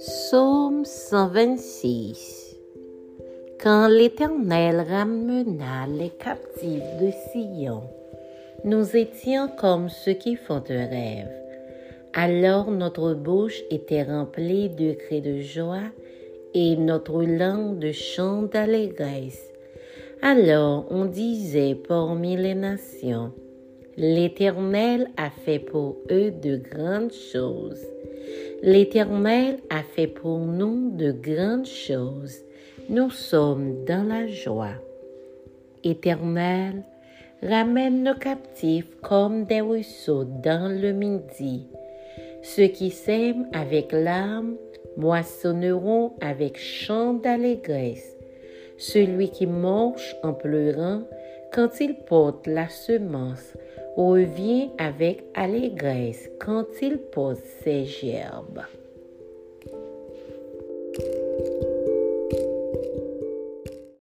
Psaume 126. Quand l'Éternel ramena les captifs de Sion, nous étions comme ceux qui font un rêve. Alors notre bouche était remplie de cris de joie et notre langue de chants d'allégresse. Alors on disait parmi les nations, l'Éternel a fait pour eux de grandes choses. L'Éternel a fait pour nous de grandes choses. Nous sommes dans la joie. Éternel, ramène nos captifs comme des ruisseaux dans le midi. Ceux qui sèment avec larmes moissonneront avec chants d'allégresse. Celui qui marche en pleurant, quand il porte la semence, revient avec allégresse quand il pose ses gerbes.